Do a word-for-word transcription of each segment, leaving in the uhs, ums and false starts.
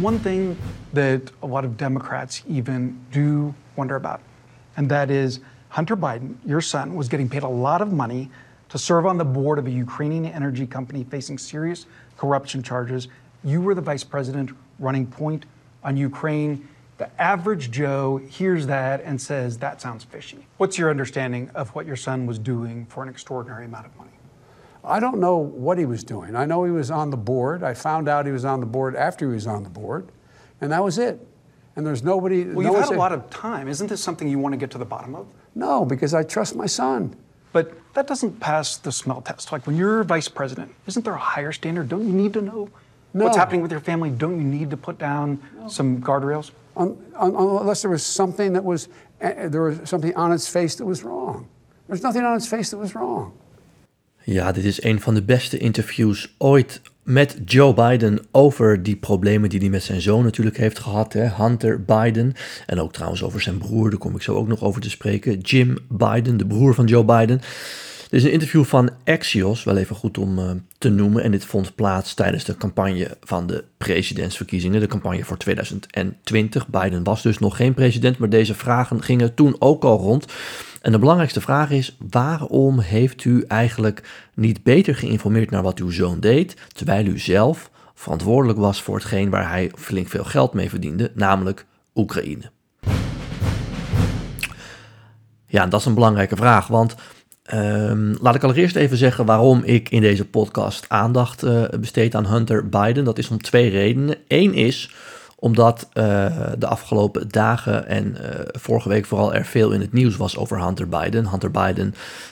one thing that a lot of Democrats even do wonder about, and that is Hunter Biden, your son, was getting paid a lot of money to serve on the board of a Ukrainian energy company facing serious corruption charges. You were the vice president running point on Ukraine. The average Joe hears that and says, that sounds fishy. What's your understanding of what your son was doing for an extraordinary amount of money? I don't know what he was doing. I know he was on the board. I found out he was on the board after he was on the board, and that was it. And there's nobody... Well, no you've had a said, lot of time. Isn't this something you want to get to the bottom of? No, because I trust my son. But that doesn't pass the smell test. Like when you're vice president, isn't there a higher standard? Don't you need to know no. what's happening with your family? Don't you need to put down no. some guardrails? Um, unless there was something that was... Uh, there was something on its face that was wrong. There's nothing on its face that was wrong. Ja, dit is een van de beste interviews ooit met Joe Biden over die problemen die hij met zijn zoon natuurlijk heeft gehad, hè? Hunter Biden. En ook trouwens over zijn broer, daar kom ik zo ook nog over te spreken. Jim Biden, de broer van Joe Biden. Dit is een interview van Axios, wel even goed om uh, te noemen. En dit vond plaats tijdens de campagne van de presidentsverkiezingen. De campagne voor tweeduizend twintig. Biden was dus nog geen president, maar deze vragen gingen toen ook al rond. En de belangrijkste vraag is, waarom heeft u eigenlijk niet beter geïnformeerd naar wat uw zoon deed, terwijl u zelf verantwoordelijk was voor hetgeen waar hij flink veel geld mee verdiende, namelijk Oekraïne? Ja, en dat is een belangrijke vraag, want um, laat ik allereerst even zeggen waarom ik in deze podcast aandacht uh, besteed aan Hunter Biden. Dat is om twee redenen. Eén is omdat uh, de afgelopen dagen en uh, vorige week vooral er veel in het nieuws was over Hunter Biden. Hunter Biden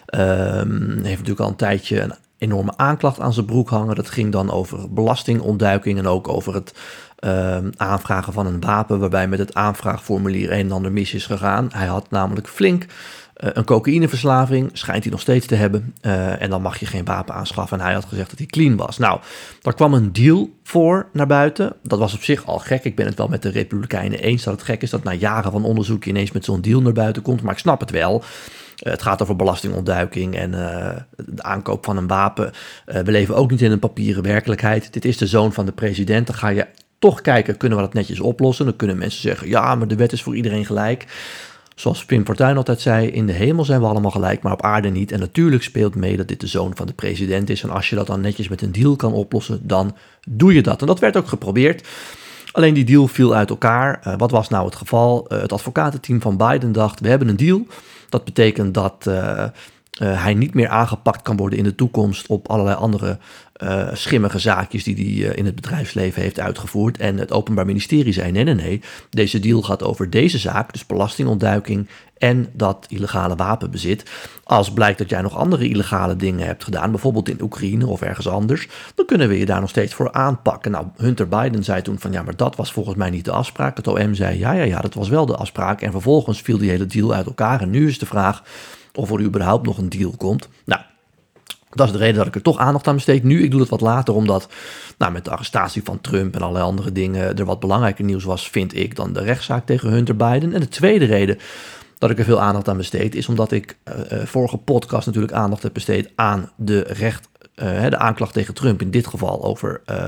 um, heeft natuurlijk al een tijdje een enorme aanklacht aan zijn broek hangen. Dat ging dan over belastingontduiking en ook over het uh, aanvragen van een wapen, waarbij met het aanvraagformulier een en ander mis is gegaan. Hij had namelijk flink Uh, een cocaïneverslaving, schijnt hij nog steeds te hebben. Uh, en dan mag je geen wapen aanschaffen. En hij had gezegd dat hij clean was. Nou, daar kwam een deal voor naar buiten. Dat was op zich al gek. Ik ben het wel met de Republikeinen eens dat het gek is dat na jaren van onderzoek je ineens met zo'n deal naar buiten komt. Maar ik snap het wel. Uh, het gaat over belastingontduiking en uh, de aankoop van een wapen. Uh, we leven ook niet in een papieren werkelijkheid. Dit is de zoon van de president. Dan ga je toch kijken, kunnen we dat netjes oplossen? Dan kunnen mensen zeggen, ja, maar de wet is voor iedereen gelijk. Zoals Pim Fortuyn altijd zei, in de hemel zijn we allemaal gelijk, maar op aarde niet. En natuurlijk speelt mee dat dit de zoon van de president is. En als je dat dan netjes met een deal kan oplossen, dan doe je dat. En dat werd ook geprobeerd. Alleen die deal viel uit elkaar. Uh, wat was nou het geval? Uh, het advocatenteam van Biden dacht, we hebben een deal. Dat betekent dat uh, uh, hij niet meer aangepakt kan worden in de toekomst op allerlei andere uh, schimmige zaakjes die hij uh, in het bedrijfsleven heeft uitgevoerd. En het Openbaar Ministerie zei, nee, nee, nee, deze deal gaat over deze zaak, dus belastingontduiking en dat illegale wapenbezit. Als blijkt dat jij nog andere illegale dingen hebt gedaan, bijvoorbeeld in Oekraïne of ergens anders, dan kunnen we je daar nog steeds voor aanpakken. Nou, Hunter Biden zei toen van, ja, maar dat was volgens mij niet de afspraak. Het O M zei, ja, ja, ja, dat was wel de afspraak. En vervolgens viel die hele deal uit elkaar. En nu is de vraag of er überhaupt nog een deal komt. Nou, dat is de reden dat ik er toch aandacht aan besteed. Nu, ik doe het wat later, omdat nou, met de arrestatie van Trump en allerlei andere dingen er wat belangrijker nieuws was, vind ik, dan de rechtszaak tegen Hunter Biden. En de tweede reden dat ik er veel aandacht aan besteed, is omdat ik uh, vorige podcast natuurlijk aandacht heb besteed aan de recht, uh, de aanklacht tegen Trump, in dit geval over uh,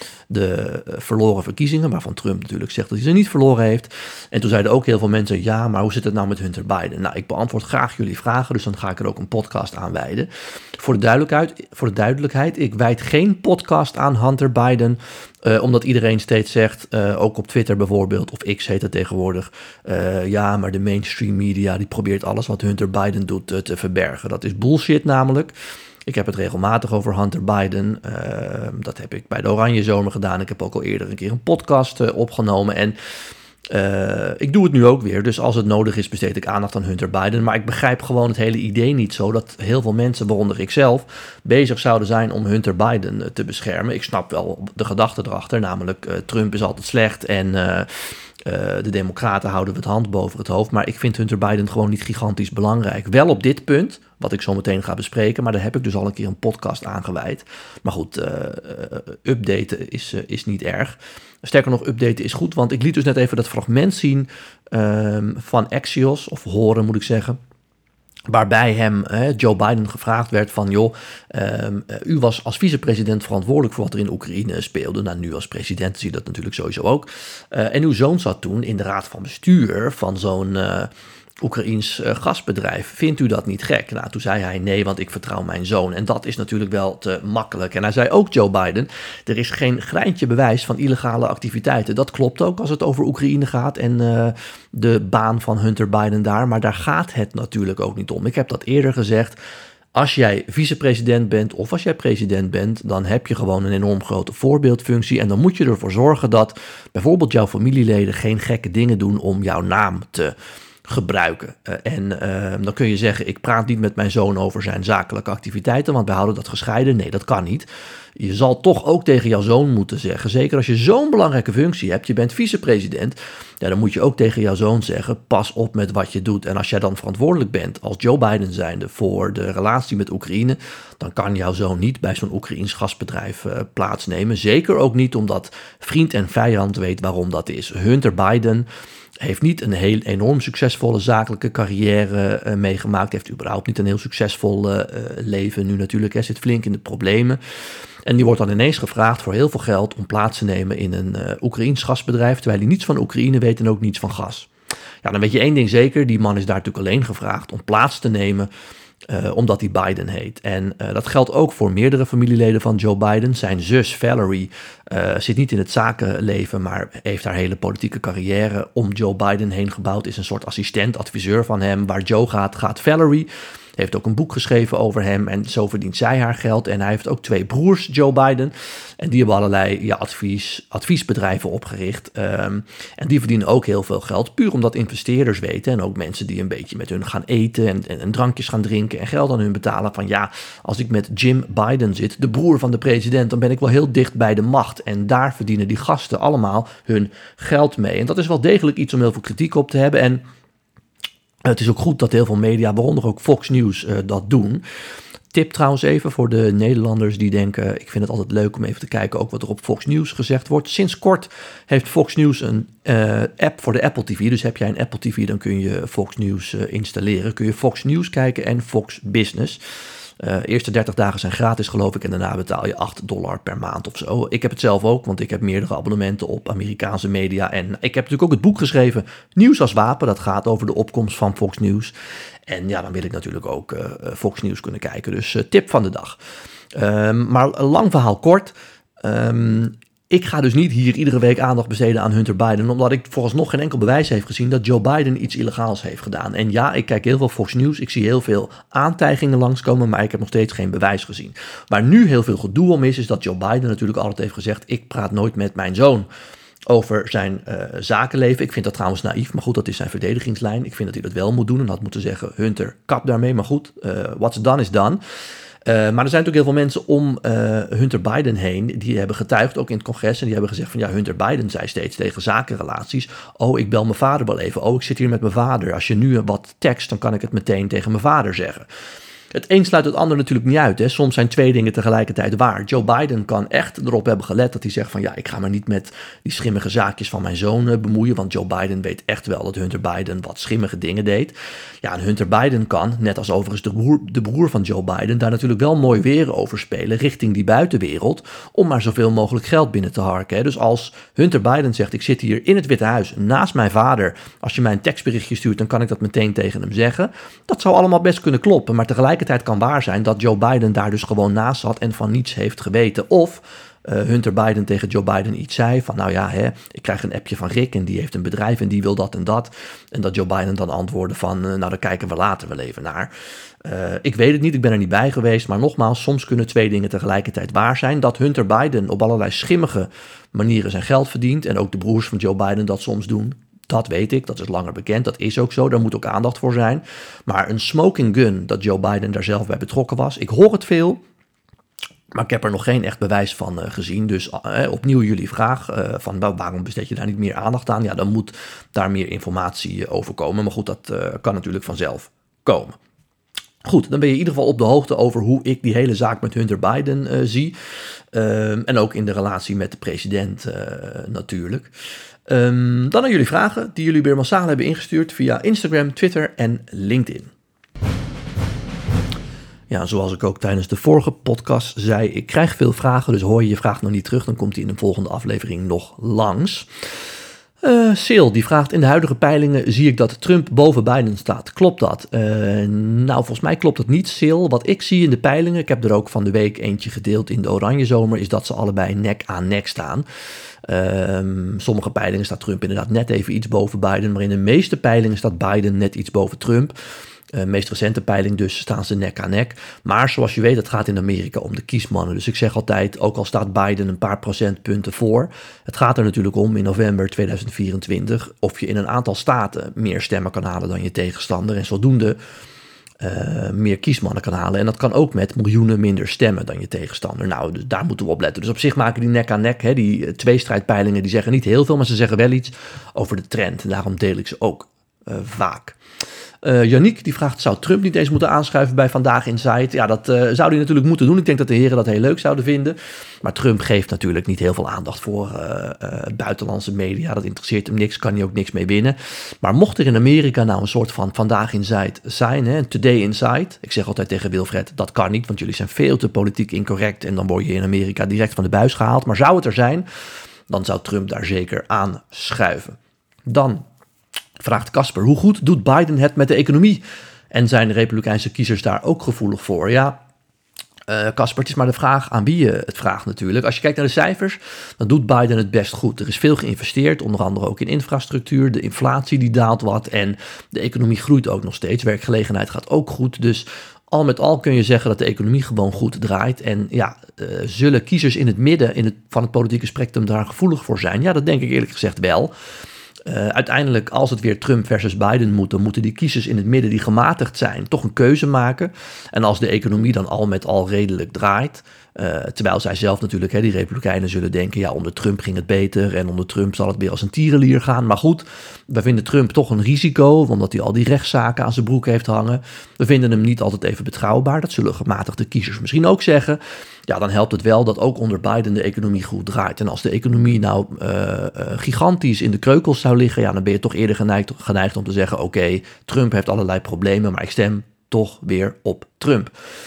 de verloren verkiezingen, waarvan Trump natuurlijk zegt dat hij ze niet verloren heeft. En toen zeiden ook heel veel mensen, ja, maar hoe zit het nou met Hunter Biden? Nou, ik beantwoord graag jullie vragen, dus dan ga ik er ook een podcast aan wijden. Voor de duidelijkheid, voor de duidelijkheid ik wijd geen podcast aan Hunter Biden, Uh, omdat iedereen steeds zegt, uh, ook op Twitter bijvoorbeeld, of X heet het tegenwoordig, uh, ja, maar de mainstream media die probeert alles wat Hunter Biden doet uh, te verbergen. Dat is bullshit namelijk. Ik heb het regelmatig over Hunter Biden. Uh, dat heb ik bij de Oranje Zomer gedaan. Ik heb ook al eerder een keer een podcast uh, opgenomen en Uh, ik doe het nu ook weer, dus als het nodig is besteed ik aandacht aan Hunter Biden. Maar ik begrijp gewoon het hele idee niet zo dat heel veel mensen, waaronder ik zelf, bezig zouden zijn om Hunter Biden uh, te beschermen. Ik snap wel de gedachte erachter, namelijk uh, Trump is altijd slecht en uh, uh, de democraten houden we het hand boven het hoofd. Maar ik vind Hunter Biden gewoon niet gigantisch belangrijk. Wel op dit punt, wat ik zo meteen ga bespreken, maar daar heb ik dus al een keer een podcast aan gewijd. Maar goed, uh, uh, updaten is, uh, is niet erg. Sterker nog, updaten is goed, want ik liet dus net even dat fragment zien um, van Axios, of horen moet ik zeggen. Waarbij hem, eh, Joe Biden, gevraagd werd van... joh, um, uh, u was als vicepresident verantwoordelijk voor wat er in Oekraïne speelde. Nou, nu als president zie je dat natuurlijk sowieso ook. Uh, en uw zoon zat toen in de raad van bestuur van zo'n... Uh, Oekraïens uh, gasbedrijf. Vindt u dat niet gek? Nou, toen zei hij nee, want ik vertrouw mijn zoon. En dat is natuurlijk wel te makkelijk. En hij zei ook, Joe Biden, er is geen greintje bewijs van illegale activiteiten. Dat klopt ook als het over Oekraïne gaat en uh, de baan van Hunter Biden daar. Maar daar gaat het natuurlijk ook niet om. Ik heb dat eerder gezegd. Als jij vicepresident bent of als jij president bent, dan heb je gewoon een enorm grote voorbeeldfunctie. En dan moet je ervoor zorgen dat bijvoorbeeld jouw familieleden geen gekke dingen doen om jouw naam te gebruiken. Uh, en uh, dan kun je zeggen, ik praat niet met mijn zoon over zijn zakelijke activiteiten, want wij houden dat gescheiden. Nee, dat kan niet. Je zal toch ook tegen jouw zoon moeten zeggen, zeker als je zo'n belangrijke functie hebt, je bent vicepresident, ja, dan moet je ook tegen jouw zoon zeggen, pas op met wat je doet. En als jij dan verantwoordelijk bent als Joe Biden zijnde voor de relatie met Oekraïne, dan kan jouw zoon niet bij zo'n Oekraïens gasbedrijf uh, plaatsnemen. Zeker ook niet omdat vriend en vijand weet waarom dat is. Hunter Biden heeft niet een heel enorm succesvolle zakelijke carrière uh, meegemaakt. Heeft überhaupt niet een heel succesvol uh, leven nu natuurlijk. Hij zit flink in de problemen. En die wordt dan ineens gevraagd voor heel veel geld om plaats te nemen in een uh, Oekraïens gasbedrijf, terwijl hij niets van Oekraïne weet en ook niets van gas. Ja, dan weet je één ding zeker, die man is daar natuurlijk alleen gevraagd om plaats te nemen, Uh, omdat hij Biden heet. En uh, dat geldt ook voor meerdere familieleden van Joe Biden. Zijn zus Valerie uh, zit niet in het zakenleven, maar heeft haar hele politieke carrière om Joe Biden heen gebouwd. Is een soort assistent, adviseur van hem. Waar Joe gaat, gaat Valerie. Heeft ook een boek geschreven over hem en zo verdient zij haar geld. En hij heeft ook twee broers, Joe Biden. En die hebben allerlei ja, advies, adviesbedrijven opgericht. Um, en die verdienen ook heel veel geld, puur omdat investeerders weten. En ook mensen die een beetje met hun gaan eten en, en, en drankjes gaan drinken en geld aan hun betalen. Van ja, als ik met Jim Biden zit, de broer van de president, dan ben ik wel heel dicht bij de macht. En daar verdienen die gasten allemaal hun geld mee. En dat is wel degelijk iets om heel veel kritiek op te hebben. En het is ook goed dat heel veel media, waaronder ook Fox News, uh, dat doen. Tip trouwens even voor de Nederlanders die denken, ik vind het altijd leuk om even te kijken ook wat er op Fox News gezegd wordt. Sinds kort heeft Fox News een uh, app voor de Apple T V. Dus heb jij een Apple T V, dan kun je Fox News uh, installeren. Kun je Fox News kijken en Fox Business. Uh, eerste dertig dagen zijn gratis, geloof ik. En daarna betaal je acht dollar per maand of zo. Ik heb het zelf ook, want ik heb meerdere abonnementen op Amerikaanse media. En ik heb natuurlijk ook het boek geschreven, Nieuws als Wapen. Dat gaat over de opkomst van Fox News. En ja, dan wil ik natuurlijk ook uh, Fox News kunnen kijken. Dus uh, tip van de dag. Um, maar een lang verhaal kort. Um, Ik ga dus niet hier iedere week aandacht besteden aan Hunter Biden, omdat ik vooralsnog geen enkel bewijs heb gezien dat Joe Biden iets illegaals heeft gedaan. En ja, ik kijk heel veel Fox News, ik zie heel veel aantijgingen langskomen, maar ik heb nog steeds geen bewijs gezien. Waar nu heel veel gedoe om is, is dat Joe Biden natuurlijk altijd heeft gezegd, ik praat nooit met mijn zoon over zijn uh, zakenleven. Ik vind dat trouwens naïef, maar goed, dat is zijn verdedigingslijn. Ik vind dat hij dat wel moet doen en had moeten zeggen, Hunter, kap daarmee, maar goed, uh, what's done is done. Uh, maar er zijn natuurlijk heel veel mensen om uh, Hunter Biden heen, die hebben getuigd, ook in het congres, en die hebben gezegd van ja, Hunter Biden zei steeds tegen zakenrelaties, oh, ik bel mijn vader wel even, oh, ik zit hier met mijn vader, als je nu wat tekst, dan kan ik het meteen tegen mijn vader zeggen. Het een sluit het ander natuurlijk niet uit. Hè. Soms zijn twee dingen tegelijkertijd waar. Joe Biden kan echt erop hebben gelet dat hij zegt van ja, ik ga me niet met die schimmige zaakjes van mijn zoon uh, bemoeien, want Joe Biden weet echt wel dat Hunter Biden wat schimmige dingen deed. Ja, en Hunter Biden kan, net als overigens de broer, de broer van Joe Biden, daar natuurlijk wel mooi weer over spelen richting die buitenwereld, om maar zoveel mogelijk geld binnen te harken. Hè. Dus als Hunter Biden zegt, ik zit hier in het Witte Huis naast mijn vader, als je mij een tekstberichtje stuurt, dan kan ik dat meteen tegen hem zeggen. Dat zou allemaal best kunnen kloppen, maar tegelijkertijd Het kan waar zijn dat Joe Biden daar dus gewoon naast zat en van niets heeft geweten. Of uh, Hunter Biden tegen Joe Biden iets zei van nou ja, hè, ik krijg een appje van Rick en die heeft een bedrijf en die wil dat en dat. En dat Joe Biden dan antwoordde van uh, nou, daar kijken we later wel even naar. Uh, ik weet het niet, ik ben er niet bij geweest, maar nogmaals, soms kunnen twee dingen tegelijkertijd waar zijn. Dat Hunter Biden op allerlei schimmige manieren zijn geld verdient en ook de broers van Joe Biden dat soms doen. Dat weet ik, dat is langer bekend, dat is ook zo, daar moet ook aandacht voor zijn. Maar een smoking gun, dat Joe Biden daar zelf bij betrokken was, ik hoor het veel, maar ik heb er nog geen echt bewijs van uh, gezien. Dus uh, opnieuw jullie vraag, uh, van nou, waarom besteed je daar niet meer aandacht aan? Ja, dan moet daar meer informatie uh, over komen, maar goed, dat uh, kan natuurlijk vanzelf komen. Goed, dan ben je in ieder geval op de hoogte over hoe ik die hele zaak met Hunter Biden uh, zie. Uh, en ook in de relatie met de president uh, natuurlijk. Um, dan aan jullie vragen die jullie weer massaal hebben ingestuurd via Instagram, Twitter en LinkedIn. Ja, zoals ik ook tijdens de vorige podcast zei, ik krijg veel vragen, dus hoor je je vraag nog niet terug, dan komt die in de volgende aflevering nog langs. Uh, Sil, die vraagt, in de huidige peilingen zie ik dat Trump boven Biden staat. Klopt dat? Uh, nou, volgens mij klopt dat niet, Sil. Wat ik zie in de peilingen, ik heb er ook van de week eentje gedeeld in de Oranjezomer, is dat ze allebei nek aan nek staan. Uh, sommige peilingen staat Trump inderdaad net even iets boven Biden, maar in de meeste peilingen staat Biden net iets boven Trump. De uh, meest recente peiling dus staan ze nek aan nek. Maar zoals je weet, het gaat in Amerika om de kiesmannen. Dus ik zeg altijd, ook al staat Biden een paar procentpunten voor, het gaat er natuurlijk om in november tweeduizend vierentwintig of je in een aantal staten meer stemmen kan halen dan je tegenstander en zodoende uh, meer kiesmannen kan halen. En dat kan ook met miljoenen minder stemmen dan je tegenstander. Nou, dus daar moeten we op letten. Dus op zich maken die nek aan nek, hè, die uh, tweestrijdpeilingen, die zeggen niet heel veel, maar ze zeggen wel iets over de trend. En daarom deel ik ze ook uh, vaak. Uh, Yannick die vraagt, zou Trump niet eens moeten aanschuiven bij Vandaag Inside? Ja, dat uh, zou hij natuurlijk moeten doen. Ik denk dat de heren dat heel leuk zouden vinden. Maar Trump geeft natuurlijk niet heel veel aandacht voor uh, uh, buitenlandse media. Dat interesseert hem niks, kan hij ook niks mee winnen. Maar mocht er in Amerika nou een soort van Vandaag Inside zijn, hè, Today Inside. Ik zeg altijd tegen Wilfred, dat kan niet, want jullie zijn veel te politiek incorrect. En dan word je in Amerika direct van de buis gehaald. Maar zou het er zijn, dan zou Trump daar zeker aanschuiven. Dan vraagt Casper, hoe goed doet Biden het met de economie? En zijn de Republikeinse kiezers daar ook gevoelig voor? Ja, Casper, uh, het is maar de vraag aan wie je het vraagt natuurlijk. Als je kijkt naar de cijfers, dan doet Biden het best goed. Er is veel geïnvesteerd, onder andere ook in infrastructuur. De inflatie die daalt wat en de economie groeit ook nog steeds. Werkgelegenheid gaat ook goed, dus al met al kun je zeggen dat de economie gewoon goed draait. En ja, uh, zullen kiezers in het midden in het, van het politieke spectrum daar gevoelig voor zijn? Ja, dat denk ik eerlijk gezegd wel. Uh, uiteindelijk, als het weer Trump versus Biden moet, dan moeten die kiezers in het midden die gematigd zijn toch een keuze maken. En als de economie dan al met al redelijk draait, uh, terwijl zij zelf natuurlijk, hè, die Republikeinen zullen denken, ja, onder Trump ging het beter en onder Trump zal het weer als een tierenlier gaan. Maar goed, we vinden Trump toch een risico, omdat hij al die rechtszaken aan zijn broek heeft hangen. We vinden hem niet altijd even betrouwbaar. Dat zullen gematigde kiezers misschien ook zeggen. Ja, dan helpt het wel dat ook onder Biden de economie goed draait. En als de economie nou uh, uh, gigantisch in de kreukels zou liggen, ja, dan ben je toch eerder geneigd, geneigd om te zeggen, oké, okay, Trump heeft allerlei problemen, maar ik stem toch weer op Trump.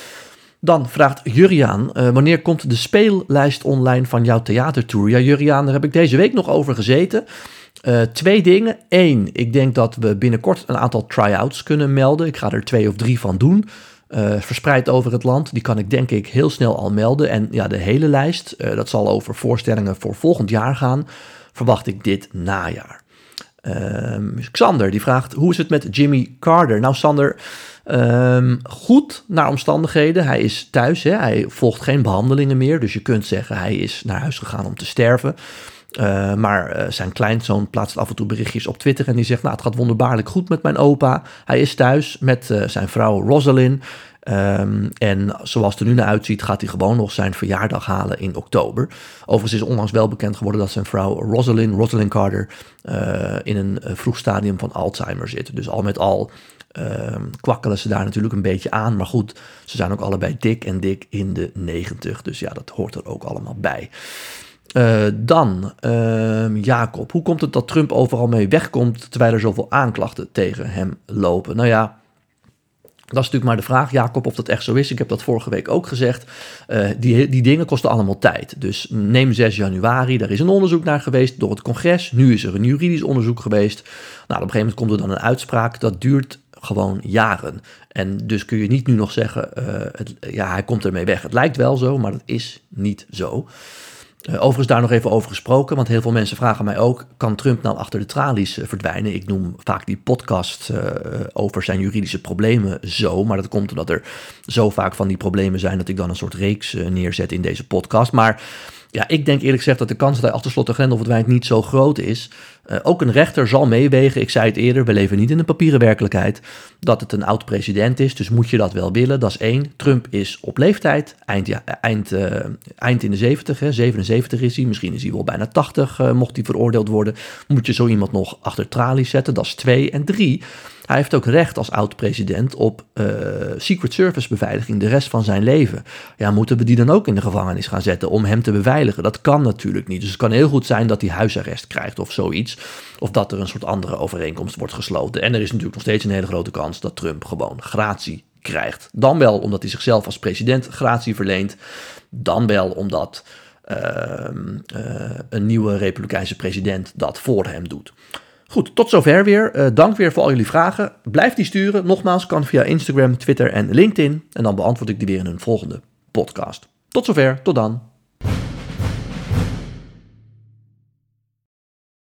Dan vraagt Juriaan, uh, wanneer komt de speellijst online van jouw theatertour? Ja, Juriaan, daar heb ik deze week nog over gezeten. Uh, twee dingen. Eén, ik denk dat we binnenkort een aantal try-outs kunnen melden. Ik ga er twee of drie van doen. Uh, verspreid over het land. Die kan ik denk ik heel snel al melden. En ja, de hele lijst, uh, dat zal over voorstellingen voor volgend jaar gaan, verwacht ik dit najaar. Uh, Xander, die vraagt, hoe is het met Jimmy Carter? Nou, Sander, um, goed naar omstandigheden. Hij is thuis, hè? Hij volgt geen behandelingen meer. Dus je kunt zeggen, hij is naar huis gegaan om te sterven. Uh, maar uh, zijn kleinzoon plaatst af en toe berichtjes op Twitter en die zegt, nou, het gaat wonderbaarlijk goed met mijn opa. Hij is thuis met uh, zijn vrouw Rosalind. Um, en zoals het er nu naar uitziet, gaat hij gewoon nog zijn verjaardag halen in oktober. Overigens is onlangs wel bekend geworden dat zijn vrouw Rosalind, Rosalind Carter, uh, in een uh, vroeg stadium van Alzheimer zit. Dus al met al uh, kwakkelen ze daar natuurlijk een beetje aan. Maar goed, ze zijn ook allebei dik en dik in de negentig. Dus ja, dat hoort er ook allemaal bij. Uh, dan, uh, Jacob, hoe komt het dat Trump overal mee wegkomt terwijl er zoveel aanklachten tegen hem lopen? Nou ja, dat is natuurlijk maar de vraag, Jacob, of dat echt zo is. Ik heb dat vorige week ook gezegd. Uh, die, die dingen kosten allemaal tijd. Dus neem zes januari, daar is een onderzoek naar geweest door het congres. Nu is er een juridisch onderzoek geweest. Nou, op een gegeven moment komt er dan een uitspraak. Dat duurt gewoon jaren. En dus kun je niet nu nog zeggen, uh, het, ja, hij komt ermee weg. Het lijkt wel zo, maar dat is niet zo. Uh, overigens daar nog even over gesproken, want heel veel mensen vragen mij ook, kan Trump nou achter de tralies uh, verdwijnen? Ik noem vaak die podcast uh, over zijn juridische problemen zo, maar dat komt omdat er zo vaak van die problemen zijn dat ik dan een soort reeks uh, neerzet in deze podcast. Maar ja, ik denk eerlijk gezegd dat de kans dat hij achter slot en grendel verdwijnt niet zo groot is. Uh, ook een rechter zal meewegen, ik zei het eerder, we leven niet in een papieren werkelijkheid, dat het een oud-president is, dus moet je dat wel willen, dat is één. Trump is op leeftijd, eind, ja, eind, uh, eind in de zeventig, hè, zevenenzeventig is hij, misschien is hij wel bijna tachtig, uh, mocht hij veroordeeld worden, moet je zo iemand nog achter tralies zetten, dat is twee. En drie, hij heeft ook recht als oud-president op uh, Secret Service beveiliging de rest van zijn leven. Ja, moeten we die dan ook in de gevangenis gaan zetten om hem te beveiligen? Dat kan natuurlijk niet. Dus het kan heel goed zijn dat hij huisarrest krijgt of zoiets. Of dat er een soort andere overeenkomst wordt gesloten. En er is natuurlijk nog steeds een hele grote kans dat Trump gewoon gratie krijgt. Dan wel omdat hij zichzelf als president gratie verleent. Dan wel omdat uh, uh, een nieuwe republikeinse president dat voor hem doet. Goed, tot zover weer. Uh, dank weer voor al jullie vragen. Blijf die sturen. Nogmaals, kan via Instagram, Twitter en LinkedIn. En dan beantwoord ik die weer in een volgende podcast. Tot zover, tot dan.